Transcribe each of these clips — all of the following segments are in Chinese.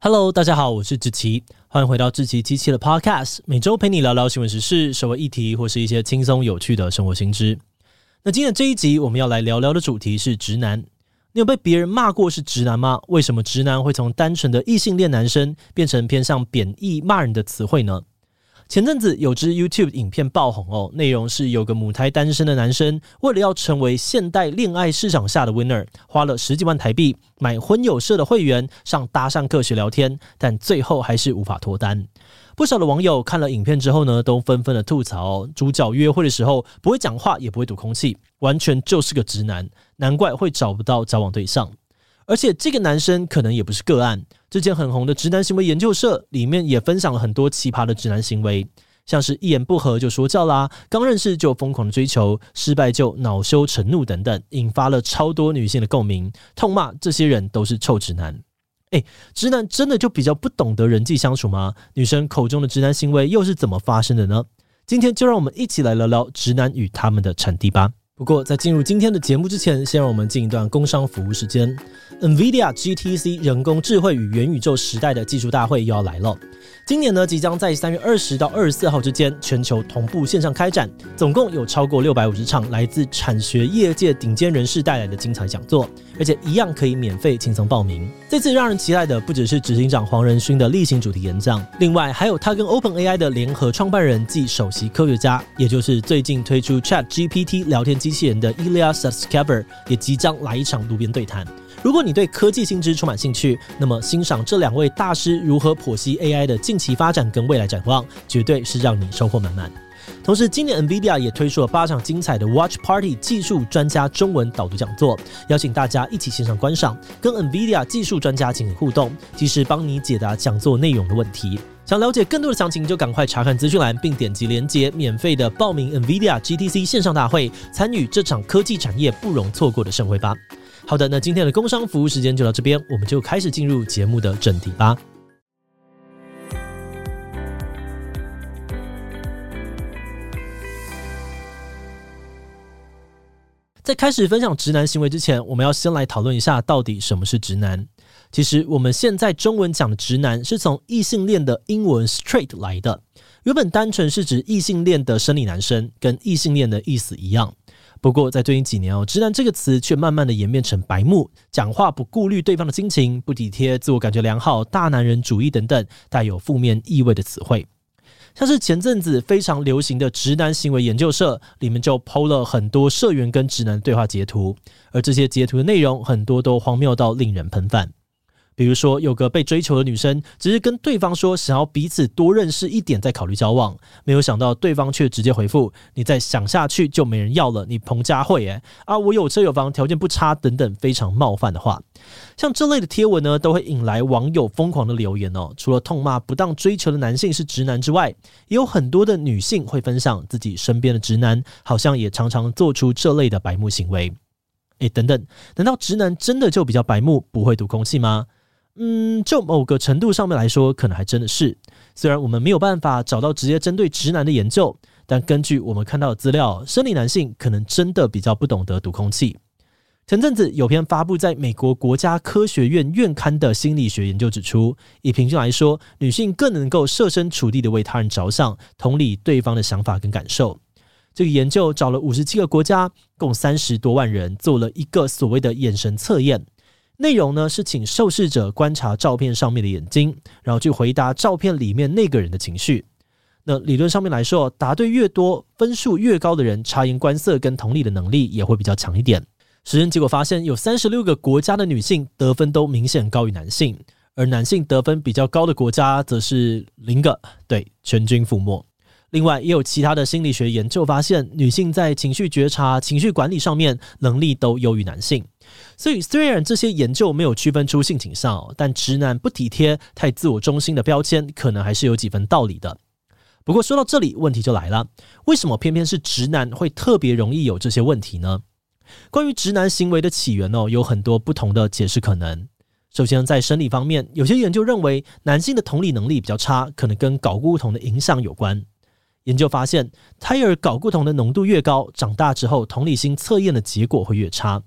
Hello， 大家好，我是志祺，欢迎回到志祺机器的 Podcast， 每周陪你聊聊新闻时事、社会议题或是一些轻松有趣的生活新知。那今天的这一集我们要来聊聊的主题是直男。你有被别人骂过是直男吗？为什么直男会从单纯的异性恋男生变成偏向贬义骂人的词汇呢？前阵子有支 YouTube 影片爆红哦，内容是有个母胎单身的男生，为了要成为现代恋爱市场下的 winner， 花了10几万台币买婚友社的会员，上搭讪课学聊天，但最后还是无法脱单。不少的网友看了影片之后呢，都纷纷的吐槽主角约会的时候不会讲话，也不会读空气，完全就是个直男，难怪会找不到交往对象。而且这个男生可能也不是个案，之前很红的直男行为研究社里面也分享了很多奇葩的直男行为，像是一言不合就说教啦，刚认识就疯狂的追求，失败就恼羞成怒等等，引发了超多女性的共鸣，痛骂这些人都是臭直男。直男真的就比较不懂得人际相处吗？女生口中的直男行为又是怎么发生的呢？今天就让我们一起来聊聊直男与他们的产地吧。不过在进入今天的节目之前，先让我们进一段工商服务时间。NVIDIA GTC 人工智慧与元宇宙时代的技术大会又要来了。今年呢，即将在3月20到24号之间全球同步线上开展，总共有超过650场来自产学业界顶尖人士带来的精彩讲座，而且一样可以免费轻松报名。这次让人期待的不只是执行长黄仁勋的例行主题演讲，另外还有他跟 OpenAI 的联合创办人暨首席科学家，也就是最近推出 ChatGPT 聊天机器人的 Ilya Sutskever 也即将来一场路边对谈。如果你对科技新知充满兴趣，那么欣赏这两位大师如何剖析 AI 的近期发展跟未来展望，绝对是让你收获满满。同时今年 NVIDIA 也推出了8场精彩的 Watch Party 技术专家中文导读讲座，邀请大家一起线上观赏，跟 NVIDIA 技术专家进行互动，及时帮你解答讲座内容的问题。想了解更多的详情，就赶快查看资讯栏，并点击连结免费的报名 NVIDIA GTC 线上大会，参与这场科技产业不容错过的盛会吧。好的，那今天的工商服务时间就到这边，我们就开始进入节目的正题吧。在开始分享直男行为之前，我们要先来讨论一下到底什么是直男。其实我们现在中文讲的直男是从异性恋的英文 straight 来的，原本单纯是指异性恋的生理男生，跟异性恋的意思一样。不过在最近几年直男这个词却慢慢的演变成白目，讲话不顾虑对方的心情，不体贴，自我感觉良好，大男人主义等等带有负面意味的词汇。像是前阵子非常流行的直男行为研究社里面就 PO 了很多社员跟直男对话截图，而这些截图的内容很多都荒谬到令人喷饭。比如说有个被追求的女生只是跟对方说想要彼此多认识一点再考虑交往，没有想到对方却直接回复你再想下去就没人要了，你彭佳慧我有车有房条件不差等等非常冒犯的话。像这类的贴文呢，都会引来网友疯狂的留言除了痛骂不当追求的男性是直男之外，也有很多的女性会分享自己身边的直男好像也常常做出这类的白目行为。等等，难道直男真的就比较白目不会读空气吗？就某个程度上面来说，可能还真的是。虽然我们没有办法找到直接针对直男的研究，但根据我们看到的资料，生理男性可能真的比较不懂得读空气。前阵子有篇发布在美国国家科学院院刊的心理学研究指出，以平均来说，女性更能够设身处地的为他人着想，同理对方的想法跟感受。这个研究找了57个国家，共30多万人，做了一个所谓的眼神测验。内容呢是请受试者观察照片上面的眼睛，然后去回答照片里面那个人的情绪。那理论上面来说，答对越多，分数越高的人，察言观色跟同理的能力也会比较强一点。实验结果发现，有36个国家的女性得分都明显高于男性，而男性得分比较高的国家则是0个，对，全军覆没。另外也有其他的心理学研究发现，女性在情绪觉察、情绪管理上面能力都优于男性。所以虽然这些研究没有区分出性倾向，但直男不体贴、太自我中心的标签可能还是有几分道理的。不过说到这里，问题就来了，为什么偏偏是直男会特别容易有这些问题呢？关于直男行为的起源有很多不同的解释可能。首先在生理方面，有些研究认为男性的同理能力比较差，可能跟睾固酮的影响有关。研究发现，胎儿睾固酮的浓度越高，长大之后同理心测验的结果会越差。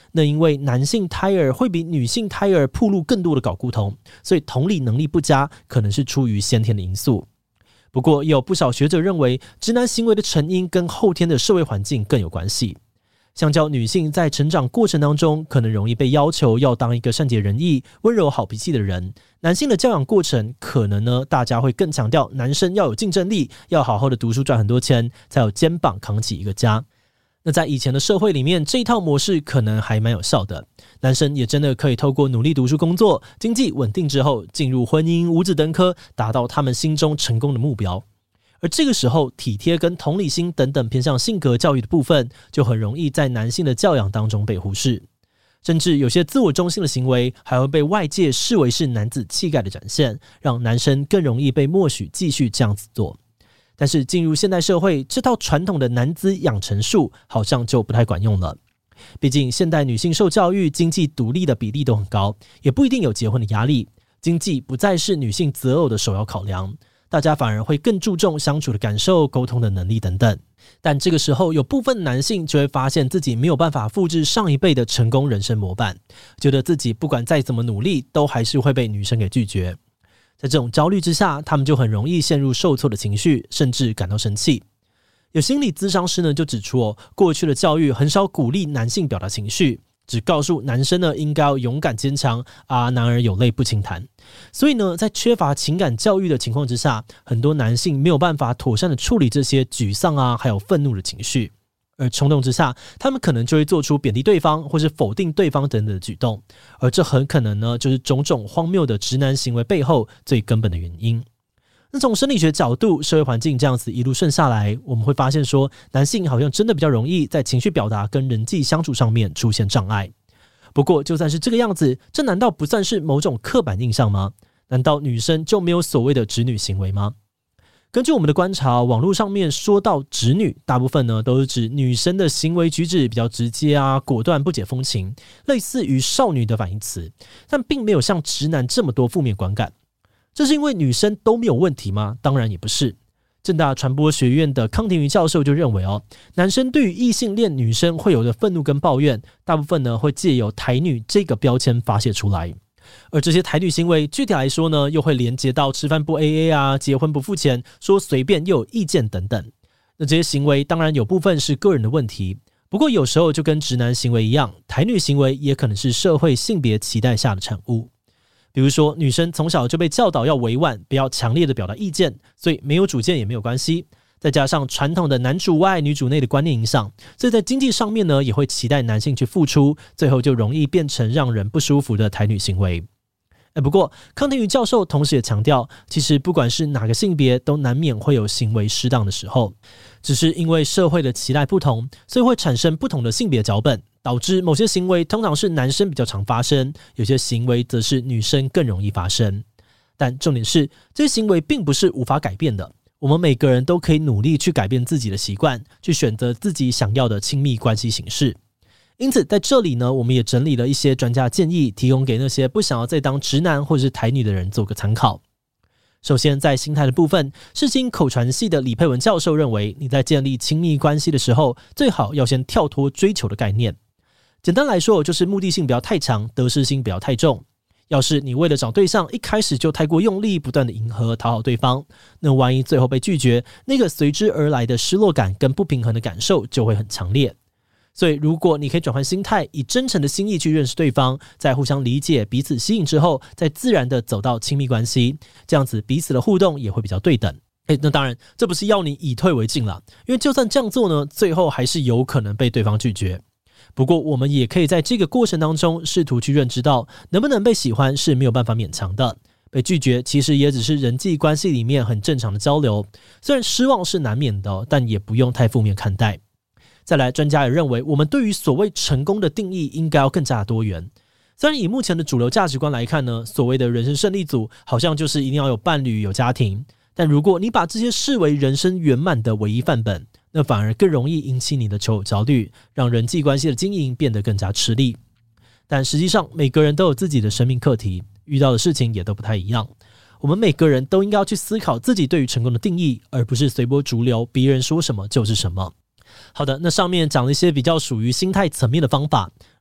那因为男性胎儿会比女性胎儿暴露更多的睾固酮，所以同理能力不佳可能是出于先天的因素。不过也有不少学者认为，直男行为的成因跟后天的社会环境更有关系。相较女性在成长过程当中可能容易被要求要当一个善解人意、温柔好脾气的人，男性的教养过程可能呢，大家会更强调男生要有竞争力，要好好的读书赚很多钱，才有肩膀扛起一个家。那在以前的社会里面，这一套模式可能还蛮有效的，男生也真的可以透过努力读书工作，经济稳定之后进入婚姻，五子登科，达到他们心中成功的目标。而这个时候，体贴跟同理心等等偏向性格教育的部分，就很容易在男性的教养当中被忽视，甚至有些自我中心的行为还会被外界视为是男子气概的展现，让男生更容易被默许继续这样子做。但是进入现代社会，这套传统的男子养成术好像就不太管用了。毕竟现代女性受教育、经济独立的比例都很高，也不一定有结婚的压力，经济不再是女性择偶的首要考量，大家反而会更注重相处的感受、沟通的能力等等。但这个时候，有部分男性就会发现自己没有办法复制上一辈的成功人生模板，觉得自己不管再怎么努力，都还是会被女生给拒绝。在这种焦虑之下，他们就很容易陷入受挫的情绪，甚至感到生气。有心理咨商师呢就指出过去的教育很少鼓励男性表达情绪，只告诉男生呢应该要勇敢坚强啊，男儿有泪不轻弹。所以呢，在缺乏情感教育的情况之下，很多男性没有办法妥善的处理这些沮丧啊，还有愤怒的情绪。而冲动之下，他们可能就会做出贬低对方或是否定对方等等的举动，而这很可能呢，就是种种荒谬的直男行为背后最根本的原因。那从生理学角度，社会环境这样子一路顺下来，我们会发现说，男性好像真的比较容易在情绪表达跟人际相处上面出现障碍。不过就算是这个样子，这难道不算是某种刻板印象吗？难道女生就没有所谓的直女行为吗？根据我们的观察，网络上面说到直女，大部分呢都是指女生的行为举止比较直接啊，果断不解风情，类似于少女的反义词，但并没有像直男这么多负面观感。这是因为女生都没有问题吗？当然也不是。政大传播学院的康廷瑜教授就认为男生对于异性恋女生会有的愤怒跟抱怨，大部分呢会借由台女这个标签发泄出来。而这些台女行为具体来说呢，又会连接到吃饭不 AA 啊，结婚不付钱，说随便又有意见等等。那这些行为当然有部分是个人的问题，不过有时候就跟直男行为一样，台女行为也可能是社会性别期待下的产物。比如说女生从小就被教导要委婉，不要强烈的表达意见，所以没有主见也没有关系。再加上传统的男主外女主内的观念影响，所以在经济上面呢，也会期待男性去付出，最后就容易变成让人不舒服的台女行为。不过康廷瑜教授同时也强调，其实不管是哪个性别，都难免会有行为失当的时候，只是因为社会的期待不同，所以会产生不同的性别脚本，导致某些行为通常是男生比较常发生，有些行为则是女生更容易发生。但重点是，这些行为并不是无法改变的，我们每个人都可以努力去改变自己的习惯，去选择自己想要的亲密关系形式。因此在这里呢，我们也整理了一些专家建议，提供给那些不想要再当直男或者是台女的人做个参考。首先在心态的部分，世新口传系的李佩文教授认为，你在建立亲密关系的时候，最好要先跳脱追求的概念。简单来说，就是目的性不要太强，得失心不要太重。要是你为了找对象一开始就太过用力，不断的迎合讨好对方，那万一最后被拒绝，那个随之而来的失落感跟不平衡的感受就会很强烈。所以如果你可以转换心态，以真诚的心意去认识对方，在互相理解彼此吸引之后，再自然的走到亲密关系，这样子彼此的互动也会比较对等。那当然这不是要你以退为进啦，因为就算这样做呢，最后还是有可能被对方拒绝。不过我们也可以在这个过程当中试图去认知到，能不能被喜欢是没有办法勉强的，被拒绝其实也只是人际关系里面很正常的交流，虽然失望是难免的，但也不用太负面看待。再来，专家也认为，我们对于所谓成功的定义应该要更加多元。虽然以目前的主流价值观来看呢，所谓的人生胜利组好像就是一定要有伴侣、有家庭，但如果你把这些视为人生圆满的唯一范本，那反而更容易引起你的求偶焦虑，让人际关系的经营变得更加吃力。但实际上，每个人都有自己的生命课题，遇到的事情也都不太一样。我们每个人都应该要去思考自己对于成功的定义，而不是随波逐流，别人说什么就是什么。好的，那上面讲了一些比较属于心态层面的方法，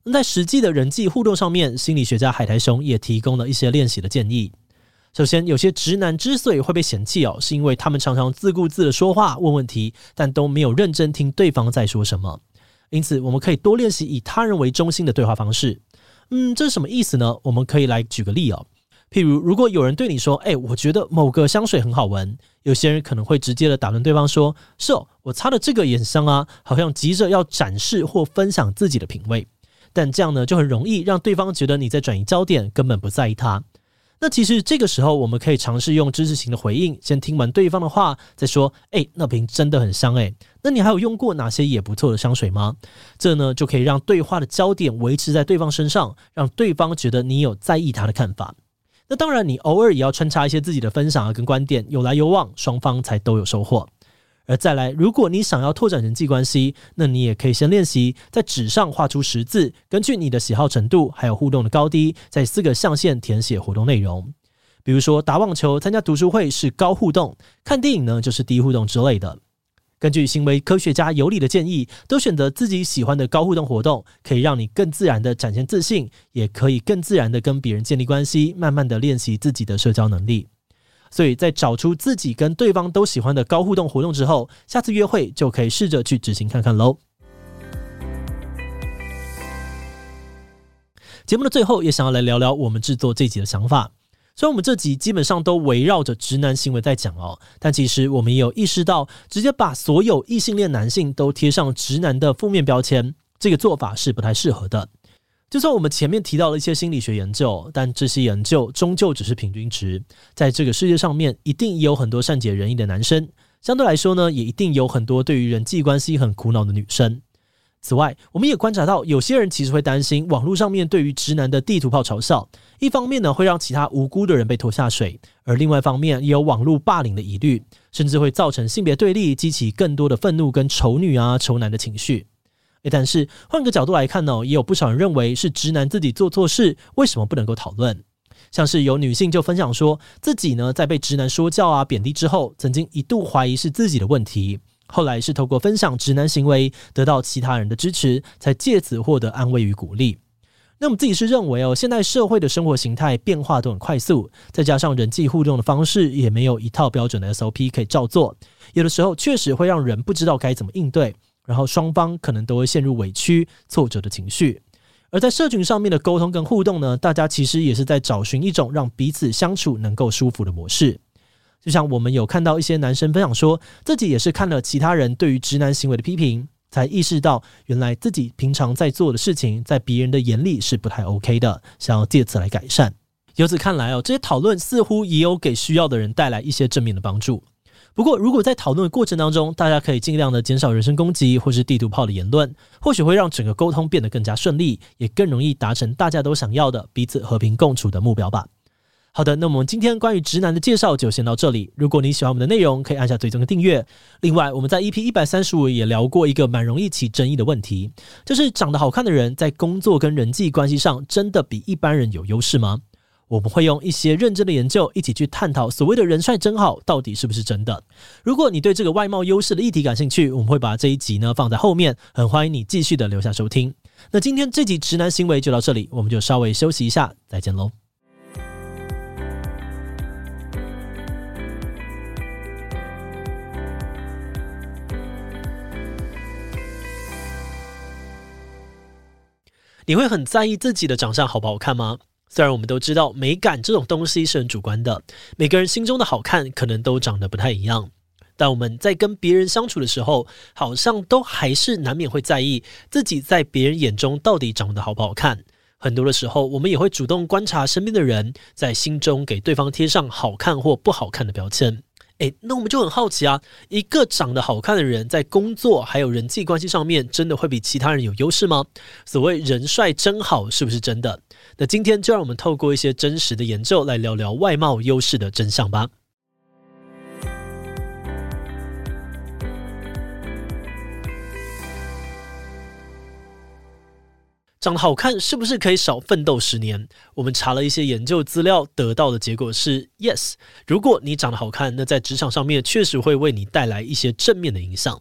那在实际的人际互动上面，心理学家海苔熊也提供了一些练习的建议。首先，有些直男之所以会被嫌弃是因为他们常常自顾自的说话问问题，但都没有认真听对方在说什么。因此我们可以多练习以他人为中心的对话方式。这是什么意思呢？我们可以来举个例譬如如果有人对你说我觉得某个香水很好闻，有些人可能会直接的打断对方说，是我擦的这个也很香啊，好像急着要展示或分享自己的品味。但这样呢就很容易让对方觉得你在转移焦点，根本不在意他。那其实这个时候我们可以尝试用支持型的回应，先听完对方的话再说，那瓶真的很香那你还有用过哪些也不错的香水吗？这呢就可以让对话的焦点维持在对方身上，让对方觉得你有在意他的看法。那当然你偶尔也要穿插一些自己的分享跟观点，有来有往，双方才都有收获。而再来，如果你想要拓展人际关系，那你也可以先练习在纸上画出10字，根据你的喜好程度还有互动的高低，在4个象限填写活动内容。比如说打网球、参加读书会是高互动，看电影呢就是低互动之类的。根据行为科学家有理的建议，都选择自己喜欢的高互动活动，可以让你更自然的展现自信，也可以更自然的跟别人建立关系，慢慢的练习自己的社交能力。所以在找出自己跟对方都喜欢的高互动活动之后，下次约会就可以试着去执行看看咯。节目的最后也想要来聊聊我们制作这集的想法。虽然我们这集基本上都围绕着直男行为在讲但其实我们也有意识到，直接把所有异性恋男性都贴上直男的负面标签，这个做法是不太适合的。就算我们前面提到了一些心理学研究，但这些研究终究只是平均值。在这个世界上面，一定也有很多善解人意的男生，相对来说呢，也一定有很多对于人际关系很苦恼的女生。此外，我们也观察到，有些人其实会担心网络上面对于直男的地图炮嘲笑，一方面呢会让其他无辜的人被拖下水，而另外一方面也有网络霸凌的疑虑，甚至会造成性别对立，激起更多的愤怒跟仇女仇男的情绪。但是换个角度来看呢，也有不少人认为是直男自己做错事，为什么不能够讨论？像是有女性就分享说，自己呢在被直男说教贬低之后，曾经一度怀疑是自己的问题，后来是透过分享直男行为得到其他人的支持，才借此获得安慰与鼓励。那我们自己是认为现在社会的生活形态变化都很快速，再加上人际互动的方式也没有一套标准的 SOP 可以照做，有的时候确实会让人不知道该怎么应对，然后双方可能都会陷入委屈、挫折的情绪。而在社群上面的沟通跟互动呢，大家其实也是在找寻一种让彼此相处能够舒服的模式。就像我们有看到一些男生分享说，自己也是看了其他人对于直男行为的批评，才意识到原来自己平常在做的事情在别人的眼里是不太 OK 的，想要借此来改善。由此看来这些讨论似乎也有给需要的人带来一些正面的帮助。不过如果在讨论的过程当中，大家可以尽量的减少人身攻击或是地图炮的言论，或许会让整个沟通变得更加顺利，也更容易达成大家都想要的彼此和平共处的目标吧。好的，那我们今天关于直男的介绍就先到这里。如果你喜欢我们的内容，可以按下追踪跟订阅。另外，我们在 EP 135也聊过一个蛮容易起争议的问题，就是长得好看的人在工作跟人际关系上真的比一般人有优势吗？我们会用一些认真的研究一起去探讨所谓的人帅真好到底是不是真的。如果你对这个外貌优势的议题感兴趣，我们会把这一集呢放在后面，很欢迎你继续的留下收听。那今天这集直男行为就到这里，我们就稍微休息一下，再见咯。你会很在意自己的长相好不好看吗？虽然我们都知道美感这种东西是很主观的，每个人心中的好看可能都长得不太一样，但我们在跟别人相处的时候，好像都还是难免会在意自己在别人眼中到底长得好不好看。很多的时候，我们也会主动观察身边的人，在心中给对方贴上好看或不好看的标签。那我们就很好奇一个长得好看的人在工作还有人际关系上面真的会比其他人有优势吗？所谓人帅真好是不是真的？那今天就让我们透过一些真实的研究来聊聊外貌优势的真相吧。长得好看是不是可以少奋斗10年？我们查了一些研究资料，得到的结果是 yes。如果你长得好看，那在职场上面确实会为你带来一些正面的影响。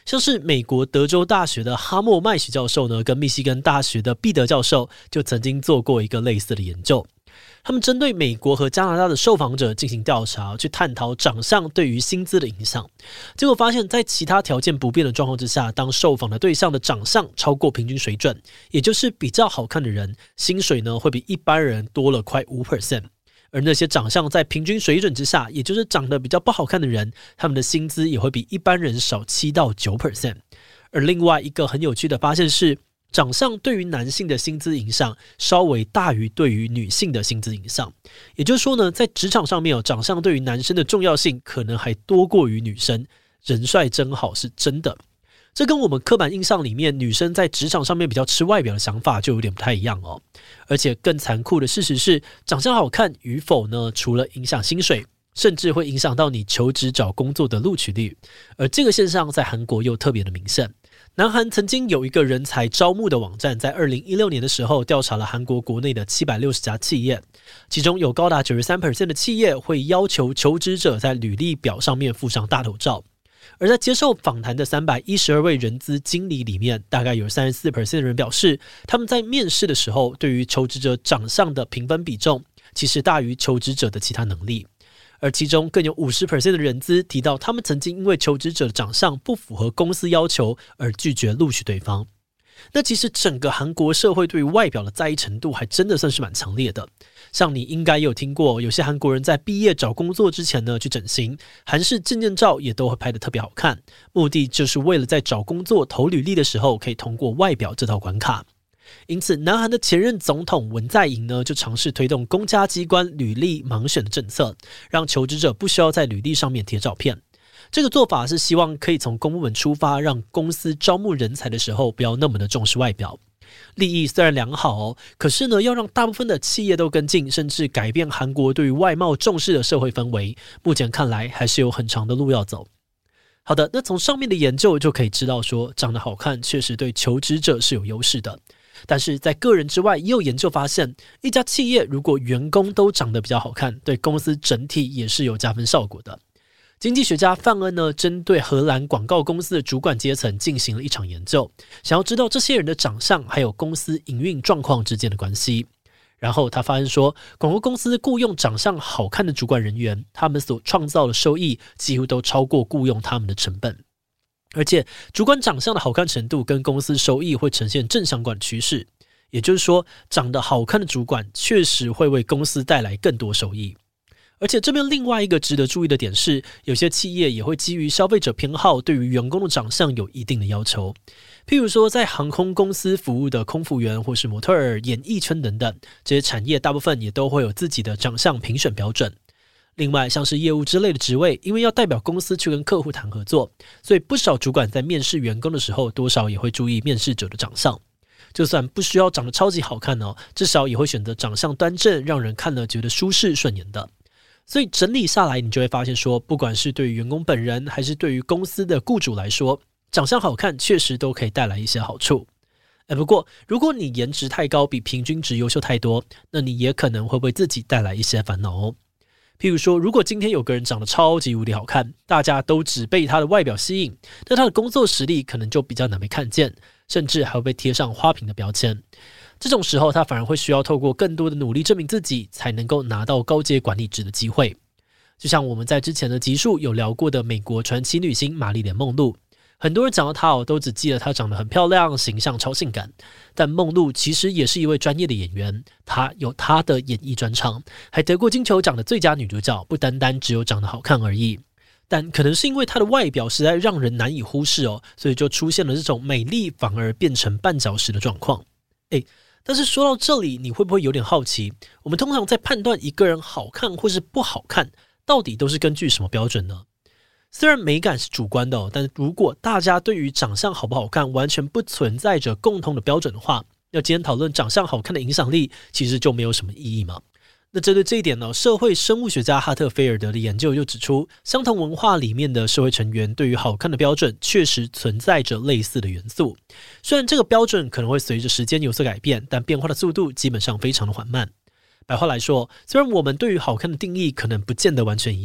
像是美国德州大学的哈默麦许教授呢，跟密西根大学的毕德教授就曾经做过一个类似的研究。他们针对美国和加拿大的受访者进行调查，去探讨长相对于薪资的影响。结果发现，在其他条件不变的状况之下，当受访的对象的长相超过平均水准，也就是比较好看的人，薪水呢会比一般人多了快 5%。而那些长相在平均水准之下，也就是长得比较不好看的人，他们的薪资也会比一般人少7到9%。而另外一个很有趣的发现是，长相对于男性的薪资影响稍微大于对于女性的薪资影响。也就是说呢，在职场上面长相对于男生的重要性可能还多过于女生。人帅真好是真的。这跟我们刻板印象里面女生在职场上面比较吃外表的想法就有点不太一样哦。而且更残酷的事实是，长相好看与否呢，除了影响薪水，甚至会影响到你求职找工作的录取率。而这个现象在韩国又特别的明显。南韩曾经有一个人才招募的网站，在2016年的时候调查了韩国国内的760家企业，其中有高达 93% 的企业会要求求职者在履历表上面附上大头照。而在接受访谈的312位人资经理里面，大概有 34% 的人表示，他们在面试的时候对于求职者长相的评分比重其实大于求职者的其他能力。而其中更有 50% 的人资提到，他们曾经因为求职者的长相不符合公司要求而拒绝录取对方。那其实整个韩国社会对于外表的在意程度还真的算是蛮强烈的。像你应该有听过，有些韩国人在毕业找工作之前呢去整形，韩式证件照也都会拍得特别好看，目的就是为了在找工作投履历的时候可以通过外表这道关卡。因此，南韩的前任总统文在寅呢，就尝试推动公家机关履历盲选的政策，让求职者不需要在履历上面贴照片。这个做法是希望可以从公部门出发，让公司招募人才的时候不要那么的重视外表。利益虽然良好哦，可是呢，要让大部分的企业都跟进，甚至改变韩国对于外貌重视的社会氛围，目前看来还是有很长的路要走。好的，那从上面的研究就可以知道说，长得好看确实对求职者是有优势的。但是在个人之外，也有研究发现，一家企业如果员工都长得比较好看，对公司整体也是有加分效果的。经济学家范恩呢，针对荷兰广告公司的主管阶层进行了一场研究，想要知道这些人的长相还有公司营运状况之间的关系。然后他发现说，广告公司雇用长相好看的主管人员，他们所创造的收益几乎都超过雇用他们的成本。而且主管长相的好看程度跟公司收益会呈现正相关的趋势，也就是说，长得好看的主管确实会为公司带来更多收益。而且这边另外一个值得注意的点是，有些企业也会基于消费者偏好，对于员工的长相有一定的要求。譬如说，在航空公司服务的空服员或是模特儿、演艺圈等等，这些产业大部分也都会有自己的长相评选标准。另外，像是业务之类的职位，因为要代表公司去跟客户谈合作，所以不少主管在面试员工的时候，多少也会注意面试者的长相。就算不需要长得超级好看哦，至少也会选择长相端正，让人看了觉得舒适顺眼的。所以整理下来，你就会发现说，不管是对于员工本人，还是对于公司的雇主来说，长相好看确实都可以带来一些好处。不过如果你颜值太高，比平均值优秀太多，那你也可能会为自己带来一些烦恼哦。譬如说，如果今天有个人长得超级无敌好看，大家都只被他的外表吸引，那他的工作实力可能就比较难被看见，甚至还会被贴上花瓶的标签。这种时候，他反而会需要透过更多的努力证明自己，才能够拿到高阶管理职的机会。就像我们在之前的集数有聊过的美国传奇女星玛丽莲梦露，很多人讲到她都只记得她长得很漂亮，形象超性感。但梦露其实也是一位专业的演员，她有她的演艺专长，还得过金球奖的最佳女主角，不单单只有长得好看而已。但可能是因为她的外表实在让人难以忽视哦，所以就出现了这种美丽反而变成绊脚石的状况。但是说到这里，你会不会有点好奇，我们通常在判断一个人好看或是不好看，到底都是根据什么标准呢？虽然美感是主观的但如果大家对于长相好不好看完全不存在着共同的标准的话，那今天讨论长相好看的影响力其实就没有什么意义嘛。那针对这一点呢，社会生物学家哈特菲尔德的研究就指出，相同文化里面的社会成员对于好看的标准确实存在着类似的元素。虽然这个标准可能会随着时间有所改变，但变化的速度基本上非常的缓慢。白话来说，虽然我们对于好看的定义可能不见得完全一样，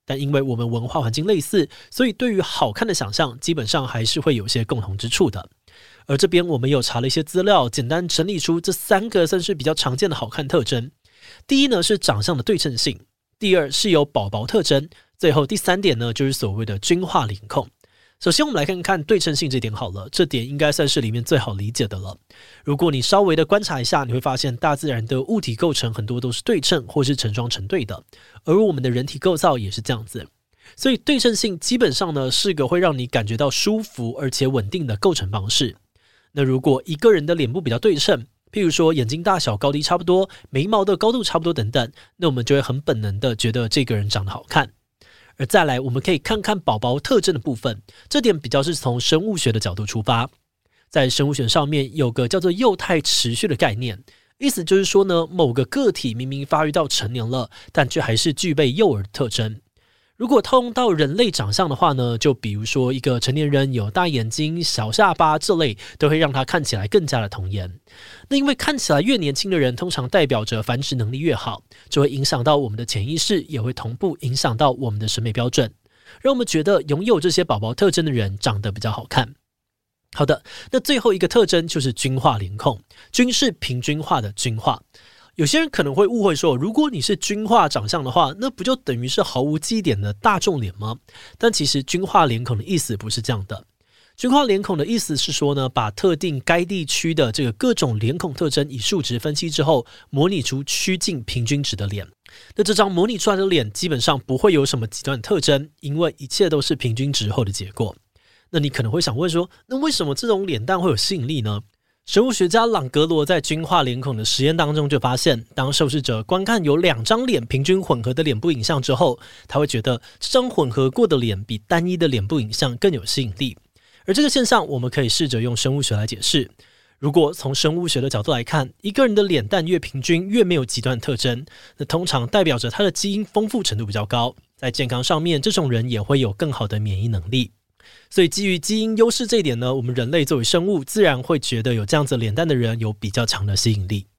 但因为我们文化环境类似，所以对于好看的想象基本上还是会有些共同之处的。而这边我们有查了一些资料，简单整理出这3个算是比较常见的好看特征。第一呢是长相的对称性，第二是有宝宝特征，最后第3点呢就是所谓的均化脸孔。首先我们来看看对称性这点好了，这点应该算是里面最好理解的了。如果你稍微的观察一下，你会发现大自然的物体构成很多都是对称或是成双成对的，而我们的人体构造也是这样子。所以对称性基本上呢是个会让你感觉到舒服而且稳定的构成方式。那如果一个人的脸部比较对称，譬如说眼睛大小高低差不多，眉毛的高度差不多等等，那我们就会很本能的觉得这个人长得好看。而再来我们可以看看宝宝特征的部分，这点比较是从生物学的角度出发。在生物学上面有个叫做幼态持续的概念，意思就是说呢，某个个体明明发育到成年了，但却还是具备幼儿的特征。如果套用到人类长相的话呢，就比如说一个成年人有大眼睛、小下巴这类，都会让他看起来更加的童颜。那因为看起来越年轻的人，通常代表着繁殖能力越好，就会影响到我们的潜意识，也会同步影响到我们的审美标准，让我们觉得拥有这些宝宝特征的人长得比较好看。好的，那最后一个特征就是均化脸孔，均是平均化的均化。有些人可能会误会说，如果你是均化长相的话，那不就等于是毫无记忆点的大众脸吗？但其实均化脸孔的意思不是这样的。均化脸孔的意思是说呢，把特定该地区的这个各种脸孔特征以数值分析之后，模拟出趋近平均值的脸。那这张模拟出来的脸基本上不会有什么极端的特征，因为一切都是平均值后的结果。那你可能会想问说，那为什么这种脸蛋会有吸引力呢？生物学家朗格罗在均化脸孔的实验当中就发现，当受试者观看有2张脸平均混合的脸部影像之后，他会觉得这张混合过的脸比单一的脸部影像更有吸引力。而这个现象我们可以试着用生物学来解释。如果从生物学的角度来看，一个人的脸蛋越平均越没有极端特征，那通常代表着他的基因丰富程度比较高，在健康上面这种人也会有更好的免疫能力。所以基于基因优势这一点呢，我们人类作为生物自然会觉得有这样子脸蛋的人有比较强的吸引力。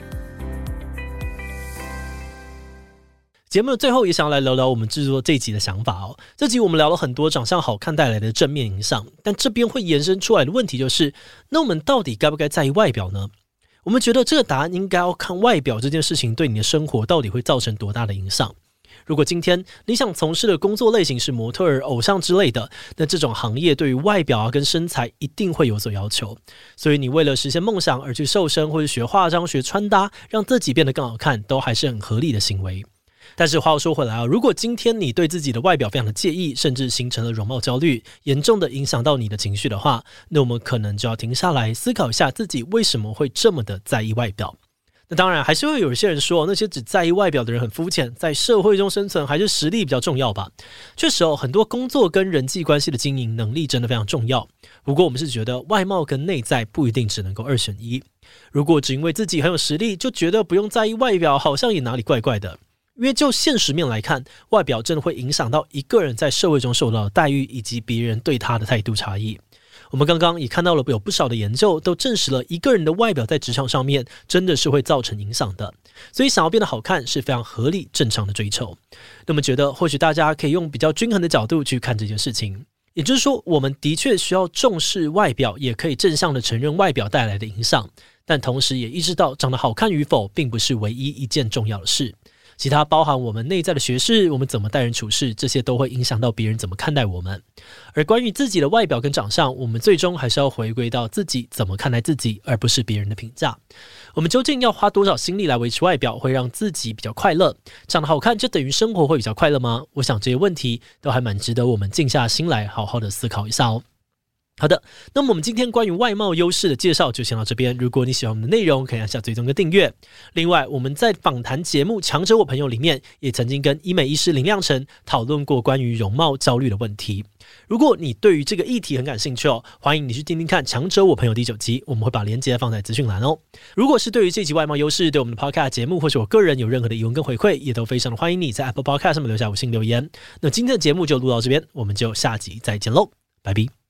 节目的最后也想要来聊聊我们制作这一集的想法哦。这集我们聊了很多长相好看带来的正面影响，但这边会延伸出来的问题就是，那我们到底该不该在意外表呢？我们觉得这个答案应该要看外表这件事情对你的生活到底会造成多大的影响。如果今天你想从事的工作类型是模特儿、偶像之类的，那这种行业对于外表跟身材一定会有所要求，所以你为了实现梦想而去瘦身或者学化妆、学穿搭，让自己变得更好看，都还是很合理的行为。但是话又说回来啊，如果今天你对自己的外表非常的介意，甚至形成了容貌焦虑，严重的影响到你的情绪的话，那我们可能就要停下来思考一下自己为什么会这么的在意外表。那当然还是会有一些人说，那些只在意外表的人很肤浅，在社会中生存还是实力比较重要吧。确实很多工作跟人际关系的经营能力真的非常重要，不过我们是觉得外貌跟内在不一定只能够2选1。如果只因为自己很有实力就觉得不用在意外表，好像也哪里怪怪的。因为就现实面来看，外表真的会影响到一个人在社会中受到的待遇以及别人对他的态度差异。我们刚刚也看到了有不少的研究都证实了一个人的外表在职场上面真的是会造成影响的，所以想要变得好看是非常合理正常的追求。那么觉得或许大家可以用比较均衡的角度去看这件事情，也就是说我们的确需要重视外表，也可以正向的承认外表带来的影响，但同时也意识到长得好看与否并不是唯一一件重要的事，其他包含我们内在的学识，我们怎么待人处事，这些都会影响到别人怎么看待我们。而关于自己的外表跟长相，我们最终还是要回归到自己怎么看待自己，而不是别人的评价。我们究竟要花多少心力来维持外表，会让自己比较快乐？长得好看就等于生活会比较快乐吗？我想这些问题都还蛮值得我们静下心来好好的思考一下哦。好的，那么我们今天关于外貌优势的介绍就先到这边。如果你喜欢我们的内容，可以按下追踪跟订阅。另外，我们在访谈节目《强者我朋友》里面，也曾经跟医美医师林亮成讨论过关于容貌焦虑的问题。如果你对于这个议题很感兴趣欢迎你去听听看《强者我朋友》第9集，我们会把连结放在资讯栏哦。如果是对于这集外貌优势，对我们的 Podcast 节目或是我个人有任何的疑问跟回馈，也都非常的欢迎你在 Apple Podcast 上面留下5星留言。那今天的节目就录到这边，我们就下集再见喽，拜拜。